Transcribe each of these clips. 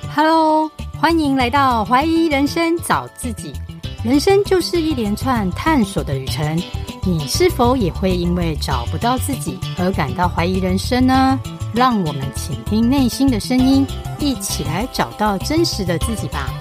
Hello， 欢迎来到怀疑人生找自己。人生就是一连串探索的旅程，你是否也会因为找不到自己而感到怀疑人生呢？让我们倾听内心的声音，一起来找到真实的自己吧。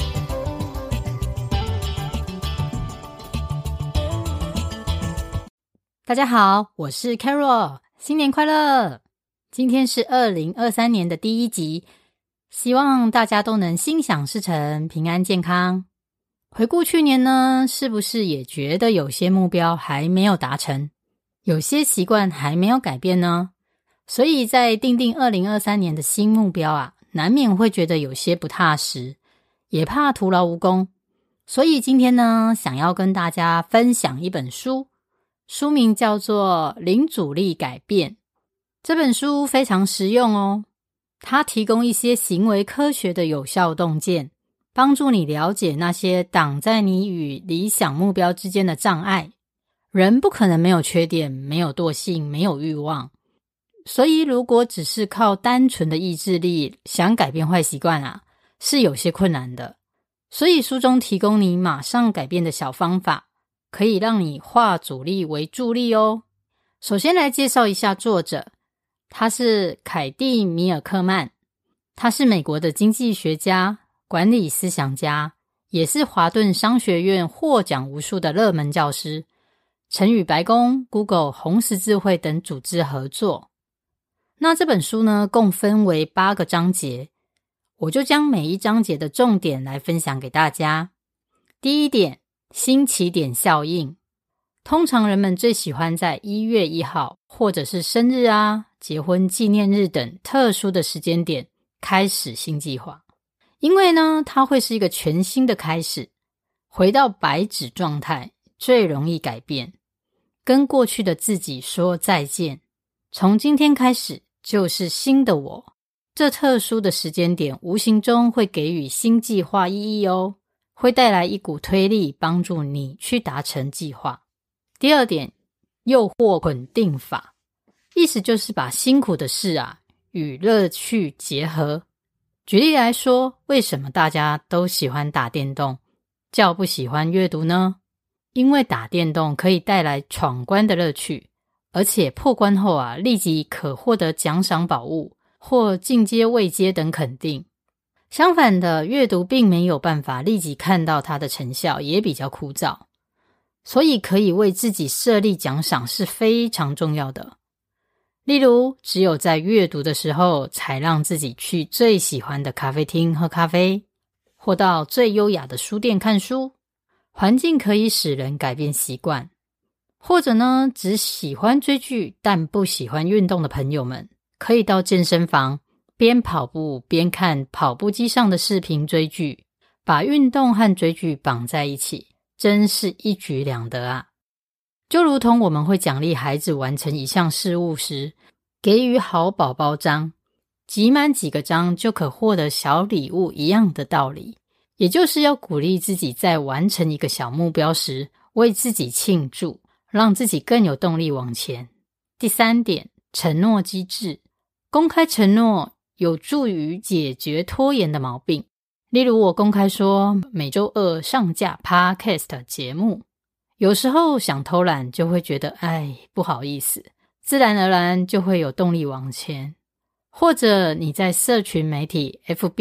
大家好，我是 Carol， 新年快乐！今天是2023年的第一集，希望大家都能心想事成，平安健康。回顾去年呢，是不是也觉得有些目标还没有达成，有些习惯还没有改变呢？所以在订定2023年的新目标啊，难免会觉得有些不踏实，也怕徒劳无功。所以今天呢，想要跟大家分享一本书，书名叫做《零阻力改变》。这本书非常实用哦，它提供一些行为科学的有效洞见，帮助你了解那些挡在你与理想目标之间的障碍。人不可能没有缺点，没有惰性，没有欲望。所以如果只是靠单纯的意志力想改变坏习惯啊，是有些困难的。所以书中提供你马上改变的小方法，可以让你化阻力为助力哦。首先来介绍一下作者，他是凯蒂·米尔克曼，他是美国的经济学家、管理思想家，也是华顿商学院获奖无数的热门教师，曾与白宫、Google、红十字会等组织合作。那这本书呢，共分为8个章节，我就将每一章节的重点来分享给大家。第一点，新起点效应。通常人们最喜欢在1月1号或者是生日啊、结婚纪念日等特殊的时间点开始新计划，因为呢，它会是一个全新的开始，回到白纸状态，最容易改变，跟过去的自己说再见。从今天开始就是新的我，这特殊的时间点无形中会给予新计划意义哦，会带来一股推力，帮助你去达成计划。第二点，诱惑捆定法，意思就是把辛苦的事啊与乐趣结合。举例来说，为什么大家都喜欢打电动，较不喜欢阅读呢？因为打电动可以带来闯关的乐趣，而且破关后啊，立即可获得奖赏宝物或进阶位阶等肯定。相反的，阅读并没有办法立即看到它的成效，也比较枯燥。所以可以为自己设立奖赏是非常重要的。例如，只有在阅读的时候，才让自己去最喜欢的咖啡厅喝咖啡，或到最优雅的书店看书。环境可以使人改变习惯。或者呢，只喜欢追剧但不喜欢运动的朋友们，可以到健身房边跑步边看跑步机上的视频追剧，把运动和追剧绑在一起，真是一举两得啊！就如同我们会奖励孩子完成一项事务时，给予好宝宝章，集满几个章就可获得小礼物一样的道理，也就是要鼓励自己在完成一个小目标时，为自己庆祝，让自己更有动力往前。第三点，承诺机制。公开承诺有助于解决拖延的毛病。例如我公开说每周2上架 Podcast 节目，有时候想偷懒就会觉得不好意思，自然而然就会有动力往前。或者你在社群媒体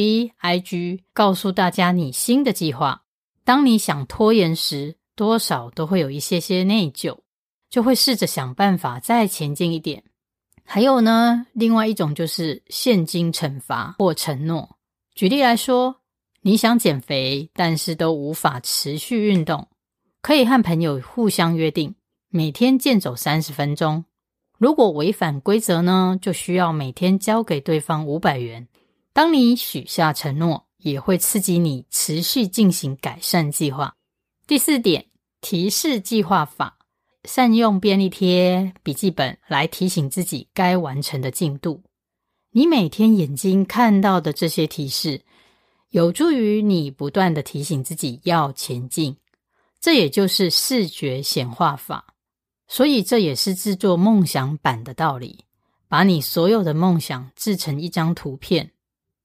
FB、IG 告诉大家你新的计划，当你想拖延时，多少都会有一些内疚，就会试着想办法再前进一点。还有呢，另外一种就是现金惩罚或承诺。举例来说，你想减肥，但是都无法持续运动，可以和朋友互相约定，每天健走30分钟。如果违反规则呢，就需要每天交给对方500元。当你许下承诺，也会刺激你持续进行改善计划。第4点，提示计划法。善用便利贴、笔记本来提醒自己该完成的进度。你每天眼睛看到的这些提示，有助于你不断地提醒自己要前进。这也就是视觉显化法。所以这也是制作梦想板的道理，把你所有的梦想制成一张图片，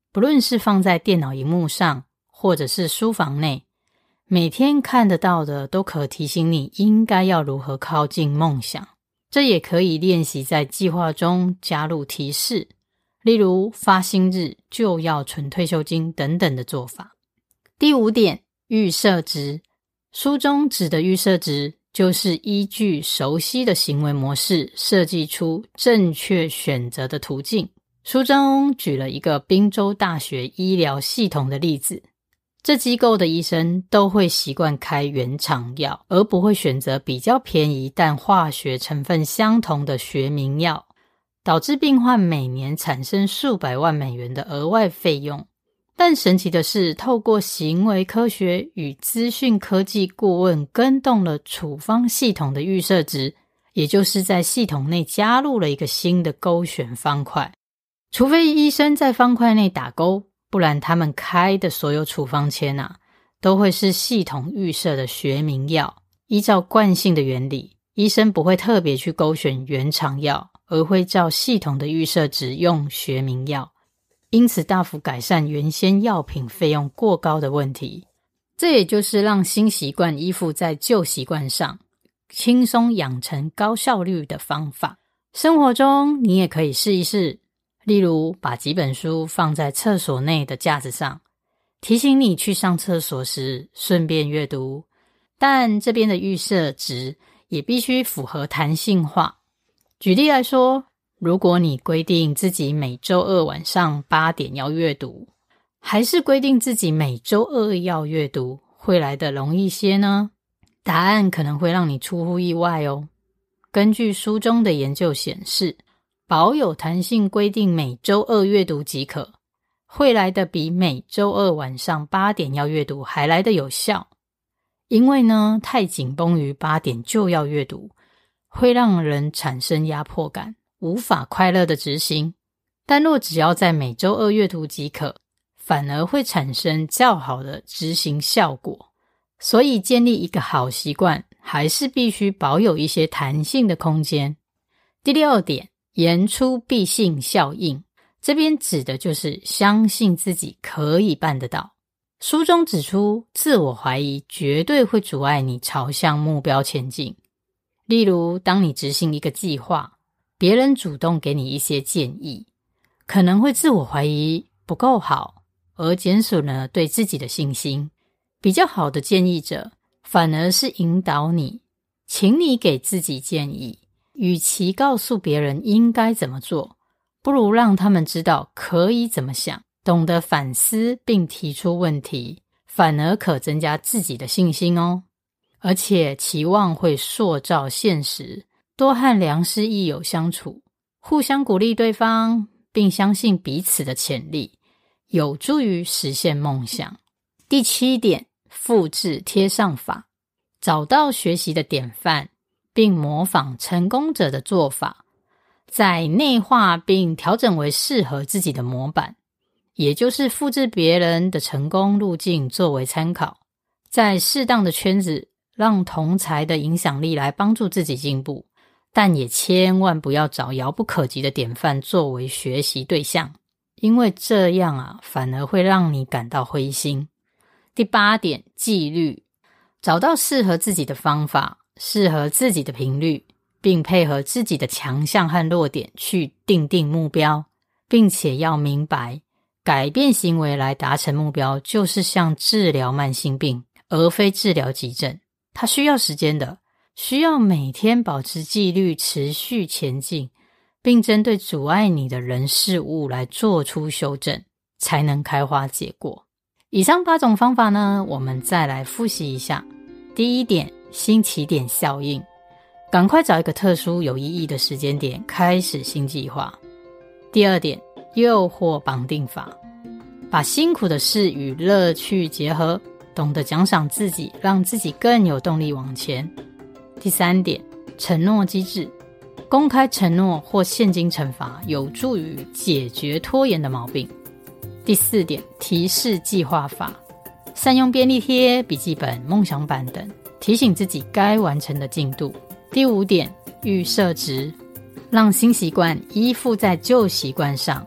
不论是放在电脑荧幕上，或者是书房内，每天看得到的都可提醒你应该要如何靠近梦想。这也可以练习在计划中加入提示，例如发薪日就要存退休金等等的做法。第5点，预设值。书中指的预设值，就是依据熟悉的行为模式设计出正确选择的途径。书中举了一个宾州大学医疗系统的例子，这机构的医生都会习惯开原厂药，而不会选择比较便宜但化学成分相同的学名药，导致病患每年产生数百万美元的额外费用。但神奇的是，透过行为科学与资讯科技顾问更动了处方系统的预设值，也就是在系统内加入了一个新的勾选方块。除非医生在方块内打勾，不然他们开的所有处方签都会是系统预设的学名药。依照惯性的原理，医生不会特别去勾选原厂药，而会照系统的预设值用学名药，因此大幅改善原先药品费用过高的问题。这也就是让新习惯依附在旧习惯上，轻松养成高效率的方法。生活中你也可以试一试，例如把几本书放在厕所内的架子上，提醒你去上厕所时顺便阅读。但这边的预设值也必须符合弹性化。举例来说，如果你规定自己每周2晚上8点要阅读，还是规定自己每周2要阅读，会来得容易些呢？答案可能会让你出乎意外哦。根据书中的研究显示，保有弹性规定每周2阅读即可，会来得比每周2晚上8点要阅读还来得有效。因为呢，太紧绷于8点就要阅读，会让人产生压迫感，无法快乐的执行。但若只要在每周2阅读即可，反而会产生较好的执行效果。所以建立一个好习惯，还是必须保有一些弹性的空间。第6点，言出必信效应。这边指的就是相信自己可以办得到。书中指出，自我怀疑绝对会阻碍你朝向目标前进。例如，当你执行一个计划，别人主动给你一些建议，可能会自我怀疑不够好，而减损了对自己的信心。比较好的建议者，反而是引导你，请你给自己建议。与其告诉别人应该怎么做，不如让他们知道可以怎么想，懂得反思并提出问题，反而可增加自己的信心哦。而且期望会塑造现实，多和良师益友相处，互相鼓励对方，并相信彼此的潜力，有助于实现梦想。第7点，复制贴上法。找到学习的典范，并模仿成功者的做法，再内化并调整为适合自己的模板，也就是复制别人的成功路径作为参考，在适当的圈子让同侪的影响力来帮助自己进步，但也千万不要找遥不可及的典范作为学习对象，因为这样反而会让你感到灰心。第8点，纪律。找到适合自己的方法，适合自己的频率，并配合自己的强项和弱点去定目标，并且要明白，改变行为来达成目标，就是像治疗慢性病，而非治疗急症。它需要时间的，需要每天保持纪律，持续前进，并针对阻碍你的人事物来做出修正，才能开花结果。以上8种方法呢，我们再来复习一下。第1点，新起点效应，赶快找一个特殊有意义的时间点开始新计划。第2点，诱惑绑定法，把辛苦的事与乐趣结合，懂得奖赏自己，让自己更有动力往前。第3点，承诺机制，公开承诺或现金惩罚，有助于解决拖延的毛病。第4点，提示计划法，善用便利贴、笔记本、梦想板等，提醒自己该完成的进度。第5点，预设值，让新习惯依附在旧习惯上，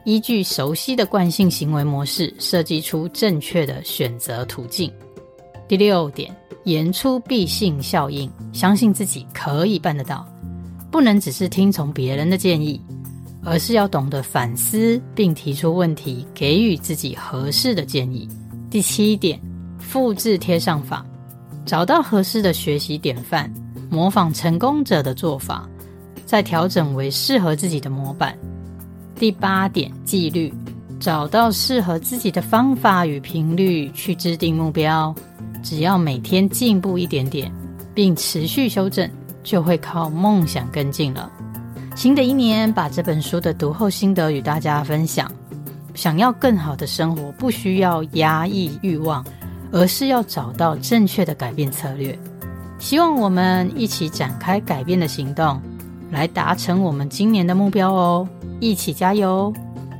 依据熟悉的惯性行为模式，设计出正确的选择途径。第6点，言出必信效应，相信自己可以办得到，不能只是听从别人的建议，而是要懂得反思并提出问题，给予自己合适的建议。第7点，复制贴上法，找到合适的学习典范，模仿成功者的做法，再调整为适合自己的模板。第8点，纪律，找到适合自己的方法与频率去制定目标，只要每天进步一点点，并持续修正，就会靠梦想跟进了。新的一年，把这本书的读后心得与大家分享。想要更好的生活，不需要压抑欲望，而是要找到正确的改变策略。希望我们一起展开改变的行动，来达成我们今年的目标哦！一起加油！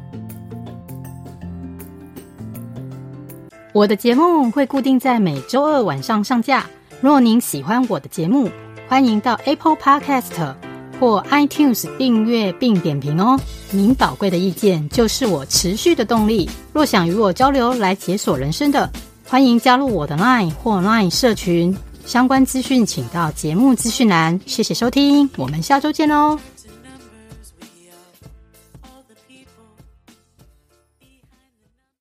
我的节目会固定在每周2晚上上架。若您喜欢我的节目，欢迎到 Apple Podcast 或 iTunes 订阅并点评哦。您宝贵的意见就是我持续的动力。若想与我交流来解锁人生的，欢迎加入我的 LINE 或 LINE 社群。相关资讯请到节目资讯栏。谢谢收听，我们下周见哦。